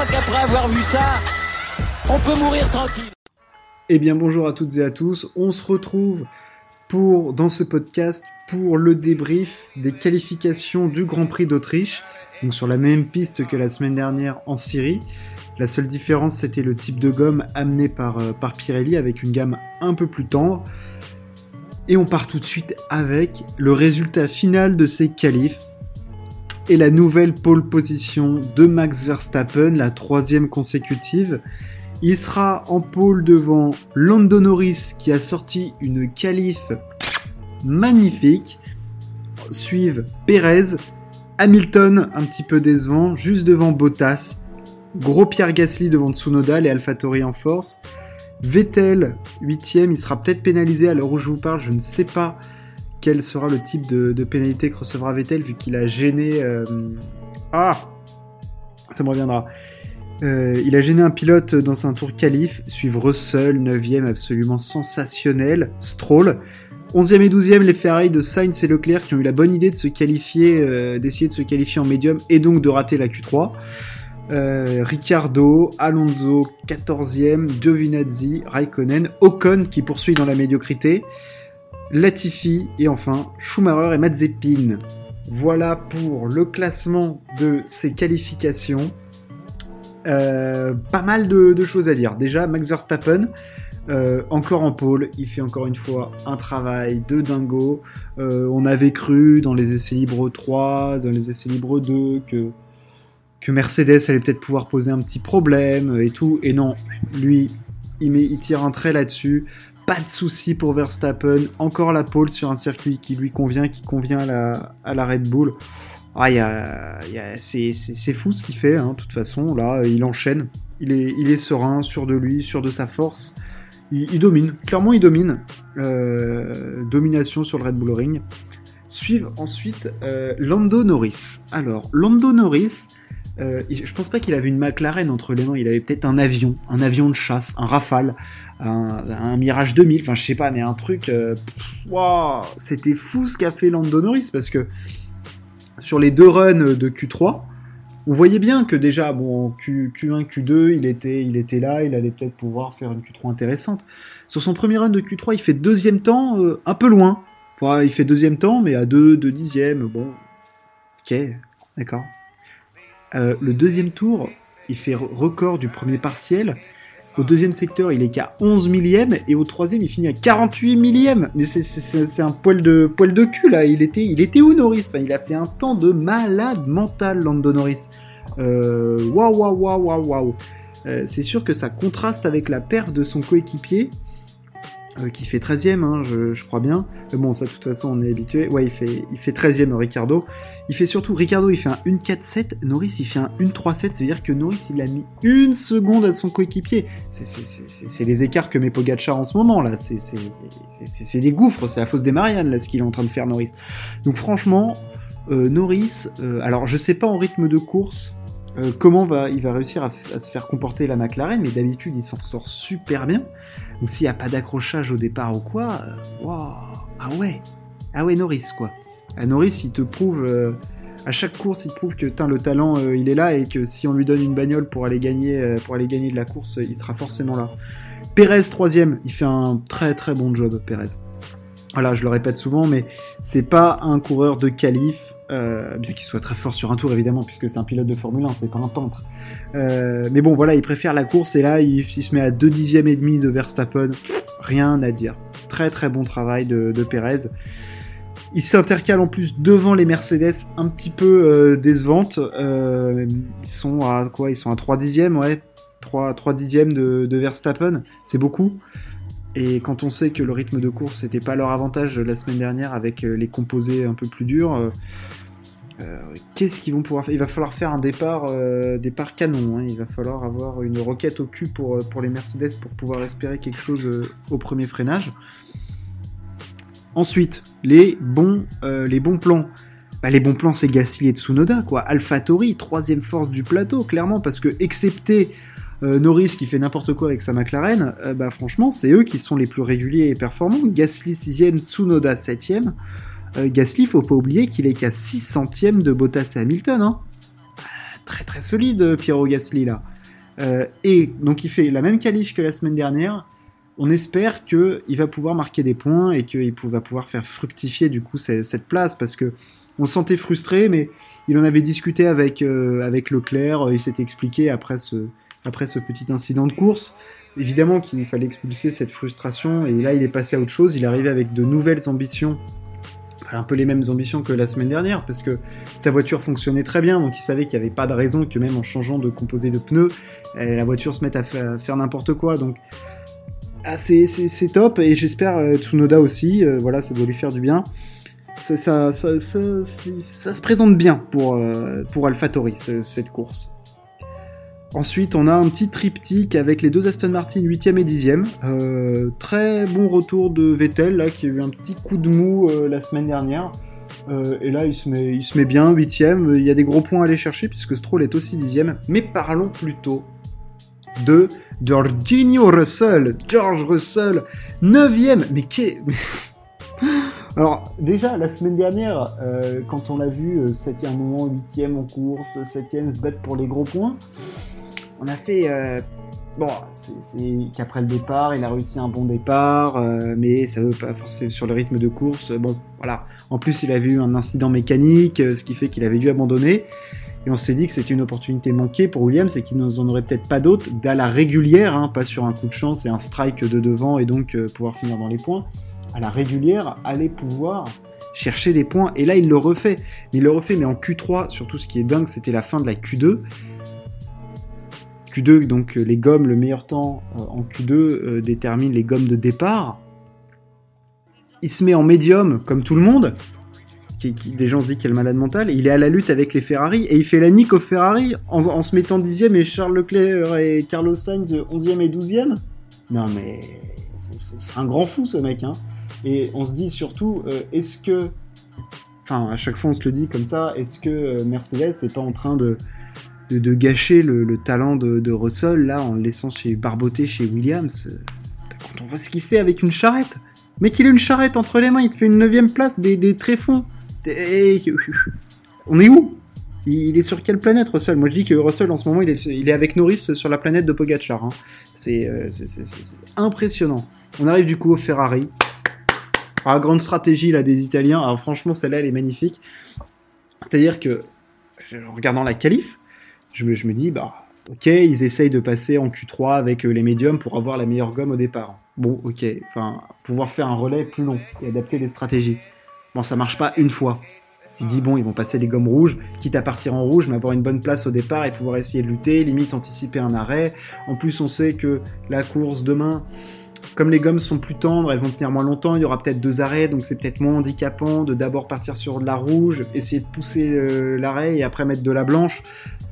crois qu'après avoir vu ça, on peut mourir tranquille. Eh bien bonjour à toutes et à tous, on se retrouve dans ce podcast pour le débrief des qualifications du Grand Prix d'Autriche, donc sur la même piste que la semaine dernière en Syrie. La seule différence c'était le type de gomme amené par Pirelli avec une gamme un peu plus tendre. Et on part tout de suite avec le résultat final de ces qualifs et la nouvelle pole position de Max Verstappen, la 3e consécutive. Il sera en pole devant Lando Norris qui a sorti une qualif magnifique. Suivent Perez, Hamilton un petit peu décevant, juste devant Bottas, gros Pierre Gasly devant Tsunoda, les AlphaTauri en force. Vettel, 8e, il sera peut-être pénalisé à l'heure où je vous parle, je ne sais pas quel sera le type de pénalité que recevra Vettel vu qu'il a gêné... ça me reviendra. Il a gêné un pilote dans un tour qualif, suivre Russell, 9e, absolument sensationnel, Stroll, 11e et 12e, les Ferrari de Sainz et Leclerc qui ont eu la bonne idée de se qualifier, d'essayer de se qualifier en médium et donc de rater la Q3. Ricciardo, Alonso, 14e, Giovinazzi, Raikkonen, Ocon qui poursuit dans la médiocrité, Latifi et enfin Schumacher et Mazepin. Voilà pour le classement de ces qualifications. Pas mal de choses à dire. Déjà, Max Verstappen, encore en pole, il fait encore une fois un travail de dingo. On avait cru dans les essais libres 3, dans les essais libres 2, que Mercedes allait peut-être pouvoir poser un petit problème et tout. Et non, lui, il tire un trait là-dessus. Pas de souci pour Verstappen. Encore la pole sur un circuit qui lui convient, qui convient à la Red Bull. C'est fou ce qu'il fait, hein, de toute façon. Là, il enchaîne. Il est serein, sûr de lui, sûr de sa force. Il domine. Clairement, il domine. Domination sur le Red Bull Ring. Suivent ensuite Lando Norris. Alors, Lando Norris, je pense pas qu'il avait une McLaren entre les mains. Il avait peut-être un avion de chasse, un Rafale, un Mirage 2000. Enfin, je sais pas, mais un truc... c'était fou ce qu'a fait Lando Norris, parce que sur les deux runs de Q3, on voyait bien que déjà, en Q1, Q2, il était là, il allait peut-être pouvoir faire une Q3 intéressante. Sur son premier run de Q3, il fait deuxième temps, un peu loin. Enfin, il fait deuxième temps, mais à 2 dixièmes, bon. Ok, d'accord. Le deuxième tour, il fait record du premier partiel. Au deuxième secteur, il est qu'à 11 millièmes, et au troisième, il finit à 48 millièmes. Mais c'est un poil de cul, là. Il était où, Norris ? Enfin, il a fait un temps de malade mental, Lando Norris. Waouh. C'est sûr que ça contraste avec la perte de son coéquipier, qui fait 13e, hein, je crois bien. Bon, ça, de toute façon, on est habitué. Ouais, il fait 13e, Ricciardo. Ricciardo, il fait un 1.4.7. Norris, il fait un 1.3.7. Ça veut dire que Norris, il a mis 1 seconde à son coéquipier. C'est les écarts que met Pogacar en ce moment, là. C'est des gouffres. C'est la fosse des Mariannes, là, ce qu'il est en train de faire, Norris. Donc, franchement, Norris, alors, je sais pas en rythme de course, comment il va réussir à se faire comporter la McLaren, mais d'habitude, il s'en sort super bien. Donc s'il n'y a pas d'accrochage au départ ou quoi, ah ouais, Norris, quoi. Norris, il te prouve, à chaque course, il te prouve que le talent, il est là, et que si on lui donne une bagnole pour aller gagner de la course, il sera forcément là. Perez, 3e, il fait un très très bon job, Perez. Voilà, je le répète souvent, mais c'est pas un coureur de qualif, bien qu'il soit très fort sur un tour, évidemment, puisque c'est un pilote de Formule 1, c'est pas un peintre. Mais bon, voilà, il préfère la course, et là, il se met à 2 dixièmes et demi de Verstappen. Rien à dire. Très très bon travail de Perez. Il s'intercale en plus devant les Mercedes, un petit peu décevantes. Ils sont à quoi ? Ils sont à 3 dixièmes, ouais. 3 dixièmes de Verstappen, c'est beaucoup. Et quand on sait que le rythme de course n'était pas leur avantage la semaine dernière avec les composés un peu plus durs, qu'est-ce qu'ils vont pouvoir faire ? Il va falloir faire un départ canon, hein. Il va falloir avoir une roquette au cul pour les Mercedes pour pouvoir espérer quelque chose au premier freinage. Ensuite, les bons plans. Les bons plans, c'est Gasly et Tsunoda, quoi. AlphaTauri, 3e force du plateau, clairement, parce que, excepté Norris qui fait n'importe quoi avec sa McLaren, franchement, c'est eux qui sont les plus réguliers et performants. Gasly 6e, Tsunoda 7e. Gasly, faut pas oublier qu'il est qu'à 6 centièmes de Bottas et Hamilton, hein. Très très solide, Piero Gasly, là. Et donc il fait la même qualif que la semaine dernière. On espère qu'il va pouvoir marquer des points et qu'il va pouvoir faire fructifier du coup cette place, parce que on le sentait frustré, mais il en avait discuté avec Leclerc, il s'était expliqué après ce petit incident de course. Évidemment qu'il fallait expulser cette frustration, et là il est passé à autre chose, il est arrivé avec de nouvelles ambitions, un peu les mêmes ambitions que la semaine dernière, parce que sa voiture fonctionnait très bien, donc il savait qu'il n'y avait pas de raison que même en changeant de composé de pneus, la voiture se mette à faire n'importe quoi, donc c'est top, et j'espère Tsunoda aussi, voilà, ça doit lui faire du bien. Ça se présente bien pour AlphaTauri, cette course. Ensuite, on a un petit triptyque avec les deux Aston Martin 8e et 10e. Très bon retour de Vettel, là, qui a eu un petit coup de mou la semaine dernière. Et là, il se met bien, 8e. Il y a des gros points à aller chercher, puisque Stroll est aussi 10e. Mais parlons plutôt de George Russell, 9e. Mais qu'est... Alors, déjà, la semaine dernière, quand on l'a vu, 7e moment, 8e en course, 7e se battre pour les gros points, on a fait... bon, c'est qu'après le départ, il a réussi un bon départ, mais ça veut pas forcer sur le rythme de course. Bon, voilà. En plus, il avait eu un incident mécanique, ce qui fait qu'il avait dû abandonner. Et on s'est dit que c'était une opportunité manquée pour Williams et qu'il n'en aurait peut-être pas d'autres, à la régulière, hein, pas sur un coup de chance et un strike de devant et donc pouvoir finir dans les points. À la régulière, aller pouvoir chercher des points. Et là, il le refait. Mais en Q3, surtout ce qui est dingue, c'était la fin de la Q2. Q2, donc les gommes, le meilleur temps en Q2 détermine les gommes de départ. Il se met en médium, comme tout le monde. Des gens se disent qu'il est le malade mental. Il est à la lutte avec les Ferrari. Et il fait la nique aux Ferrari en se mettant 10e et Charles Leclerc et Carlos Sainz 11e et 12e. Non mais... c'est un grand fou, ce mec, hein. Et on se dit surtout, est-ce que... Enfin, à chaque fois on se le dit comme ça, est-ce que Mercedes n'est pas en train de gâcher le talent de Russell, là, en le laissant barboter chez Williams? Quand on voit ce qu'il fait avec une charrette, mec, il a une charrette entre les mains, il te fait une 9e place, des tréfonds. On est où? Il est sur quelle planète, Russell? Moi, je dis que Russell, en ce moment, il est avec Norris sur la planète de Pogacar. Hein. C'est impressionnant. On arrive du coup au Ferrari. Ah, grande stratégie là des Italiens. Alors franchement, celle-là, elle est magnifique. C'est-à-dire que, en regardant la qualif, je me dis, bah, ok, ils essayent de passer en Q3 avec les médiums pour avoir la meilleure gomme au départ. Bon, ok, enfin, pouvoir faire un relais plus long et adapter les stratégies. Bon, ça marche pas une fois. Tu dis, bon, ils vont passer les gommes rouges, quitte à partir en rouge, mais avoir une bonne place au départ et pouvoir essayer de lutter, limite anticiper un arrêt. En plus, on sait que la course demain, comme les gommes sont plus tendres, elles vont tenir moins longtemps, il y aura peut-être 2 arrêts, donc c'est peut-être moins handicapant de d'abord partir sur de la rouge, essayer de pousser l'arrêt et après mettre de la blanche.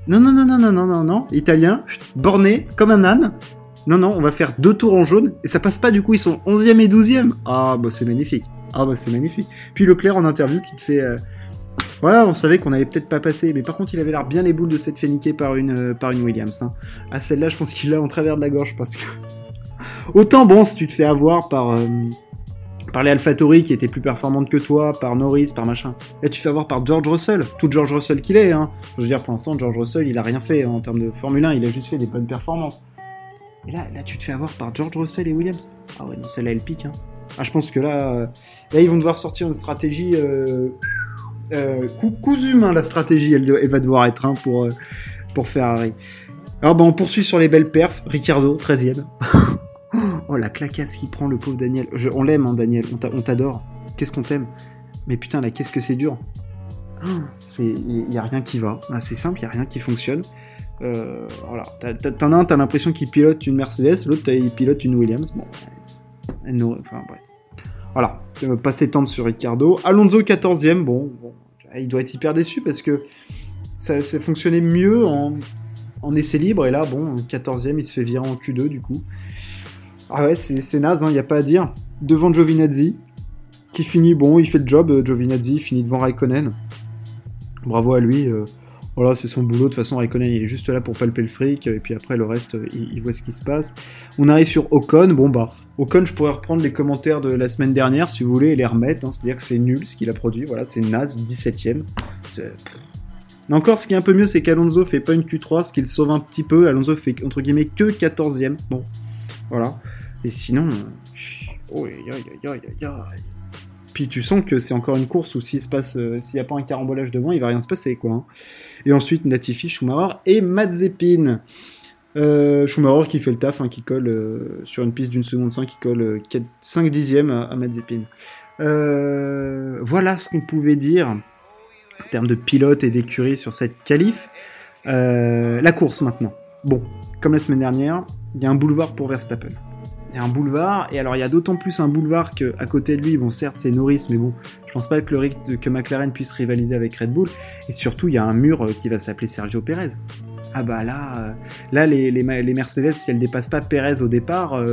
Non, italien, borné, comme un âne. Non, on va faire 2 tours en jaune, et ça passe pas, du coup, ils sont 11e et 12e. Ah, bah c'est magnifique. Puis Leclerc en interview qui te fait... Ouais, on savait qu'on allait peut-être pas passer, mais par contre, il avait l'air bien les boules de s'être fait niquer par une Williams. Hein. Ah, celle-là, je pense qu'il l'a en travers de la gorge, parce que... Autant, bon, si tu te fais avoir par les AlphaTauri qui étaient plus performantes que toi, par Norris, par machin. Là, tu te fais avoir par George Russell, tout George Russell qu'il est. Hein. Je veux dire, pour l'instant, George Russell, il a rien fait en termes de Formule 1, il a juste fait des bonnes performances. Et là, tu te fais avoir par George Russell et Williams. Ah ouais, non, celle-là, elle pique. Hein. Ah, je pense que là, ils vont devoir sortir une stratégie... cousu main, la stratégie, elle va devoir être pour Ferrari. Alors, on poursuit sur les belles perfs. Ricciardo, 13e. Oh, la clacasse qu'il prend, le pauvre Daniel. On l'aime, hein, Daniel. On t'adore. Qu'est-ce qu'on t'aime. Mais putain, là, qu'est-ce que c'est dur. Il n'y a rien qui va. Là, c'est simple, il n'y a rien qui fonctionne. Voilà. T'en as un, t'as l'impression qu'il pilote une Mercedes, l'autre, il pilote une Williams. Bon. Enfin, bref. Voilà. Pas s'étendre sur Ricciardo. Alonso, 14e. Bon. Il doit être hyper déçu parce que ça fonctionnait mieux en essai libre. Et là, bon, 14e, il se fait virer en Q2, du coup. Ah ouais, c'est naze, il n'y a pas à dire. Devant Giovinazzi, qui finit, bon, il fait le job, Giovinazzi, il finit devant Raikkonen. Bravo à lui. Voilà, c'est son boulot. De toute façon, Raikkonen, il est juste là pour palper le fric. Et puis après, le reste, il voit ce qui se passe. On arrive sur Ocon. Bon, bah, Ocon, je pourrais reprendre les commentaires de la semaine dernière, si vous voulez, et les remettre. Hein, c'est-à-dire que c'est nul ce qu'il a produit. Voilà, c'est naze, 17ème. Encore, ce qui est un peu mieux, c'est qu'Alonso fait pas une Q3, ce qui le sauve un petit peu. Alonso fait, entre guillemets, que 14e. Bon, voilà. Et sinon... Puis tu sens que c'est encore une course où s'il n'y a pas un carambolage devant, il va rien se passer, quoi. Hein. Et ensuite, Latifi, Schumacher et Mazepin. Schumacher qui fait le taf, hein, qui colle sur une piste d'une seconde 5, qui colle 5 dixièmes à Mazepin. Voilà ce qu'on pouvait dire en termes de pilote et d'écurie sur cette qualif. La course maintenant. Bon, comme la semaine dernière, il y a un boulevard pour Verstappen. Il y a un boulevard, et alors il y a d'autant plus un boulevard qu'à côté de lui, bon certes c'est Norris, mais bon, je pense pas que McLaren puisse rivaliser avec Red Bull, et surtout il y a un mur qui va s'appeler Sergio Pérez. Ah bah là les Mercedes, si elles dépassent pas Pérez au départ,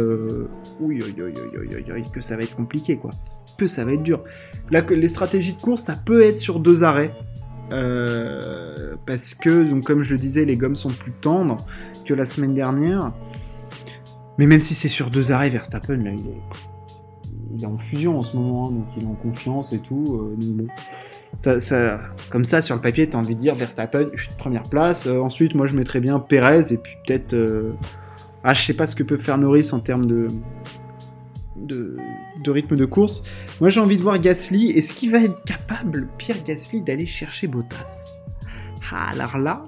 que ça va être compliqué, quoi. Que ça va être dur. Là, les stratégies de course, ça peut être sur 2 arrêts, parce que, donc comme je le disais, les gommes sont plus tendres que la semaine dernière. Mais même si c'est sur 2 arrêts, Verstappen, là, il est en fusion en ce moment, hein, donc il est en confiance et tout. Donc bon, ça, comme ça, sur le papier, t'as envie de dire Verstappen, première place. Ensuite, moi, je mettrais bien Pérez, et puis peut-être... je sais pas ce que peut faire Norris en termes de rythme de course. Moi, j'ai envie de voir Gasly. Est-ce qu'il va être capable, Pierre Gasly, d'aller chercher Bottas ? Alors là...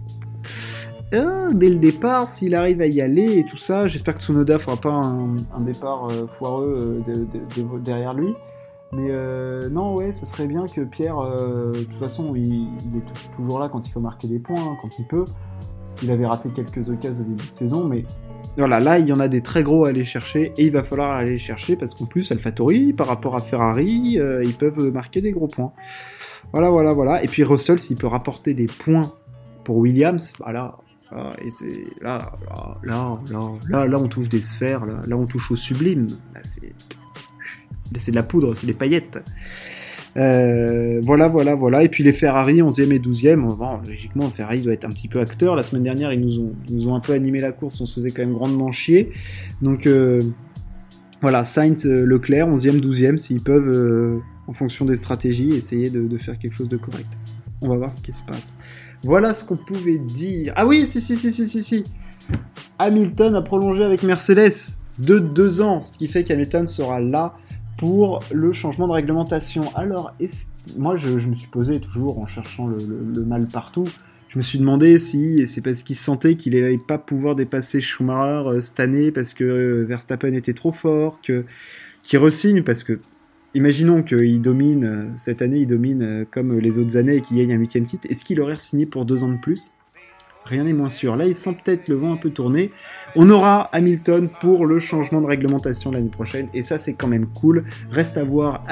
dès le départ, s'il arrive à y aller et tout ça, j'espère que Tsunoda fera pas un départ foireux derrière lui. Mais non, ouais, ça serait bien que Pierre, de toute façon, il est toujours là quand il faut marquer des points, hein, quand il peut. Il avait raté quelques occasions au début de saison, mais voilà, là, il y en a des très gros à aller chercher, et il va falloir aller les chercher, parce qu'en plus, AlphaTauri, par rapport à Ferrari, ils peuvent marquer des gros points. Voilà. Et puis Russell, s'il peut rapporter des points pour Williams, bah là... et c'est là, on touche des sphères, là on touche au sublime. Là, c'est de la poudre, c'est des paillettes. Voilà. Et puis les Ferrari, 11e et 12e. Bon, logiquement, Ferrari doit être un petit peu acteur. La semaine dernière, ils nous ont un peu animé la course. On se faisait quand même grandement chier. Donc voilà, Sainz, Leclerc, 11e, 12e, s'ils peuvent, en fonction des stratégies, essayer de faire quelque chose de correct. On va voir ce qui se passe. Voilà ce qu'on pouvait dire. Ah oui, si. Hamilton a prolongé avec Mercedes de 2 ans, ce qui fait qu'Hamilton sera là pour le changement de réglementation. Alors, moi, je me suis posé toujours en cherchant le mal partout. Je me suis demandé si c'est parce qu'il sentait qu'il n'allait pas pouvoir dépasser Schumacher cette année parce que Verstappen était trop fort, qu'il re-signe parce que imaginons qu'il domine, cette année, il domine comme les autres années et qu'il gagne un 8e titre. Est-ce qu'il aurait signé pour 2 ans de plus ? Rien n'est moins sûr. Là, il sent peut-être le vent un peu tourner. On aura Hamilton pour le changement de réglementation l'année prochaine. Et ça, c'est quand même cool. Reste à voir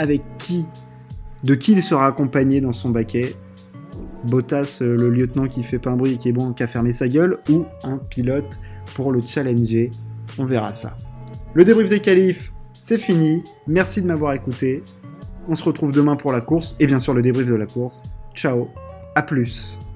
de qui il sera accompagné dans son baquet. Bottas, le lieutenant qui fait pas un bruit et qui est bon, qui a fermé sa gueule, ou un pilote pour le challenger. On verra ça. Le débrief des qualifs, c'est fini. Merci de m'avoir écouté. On se retrouve demain pour la course et bien sûr le débrief de la course. Ciao, à plus.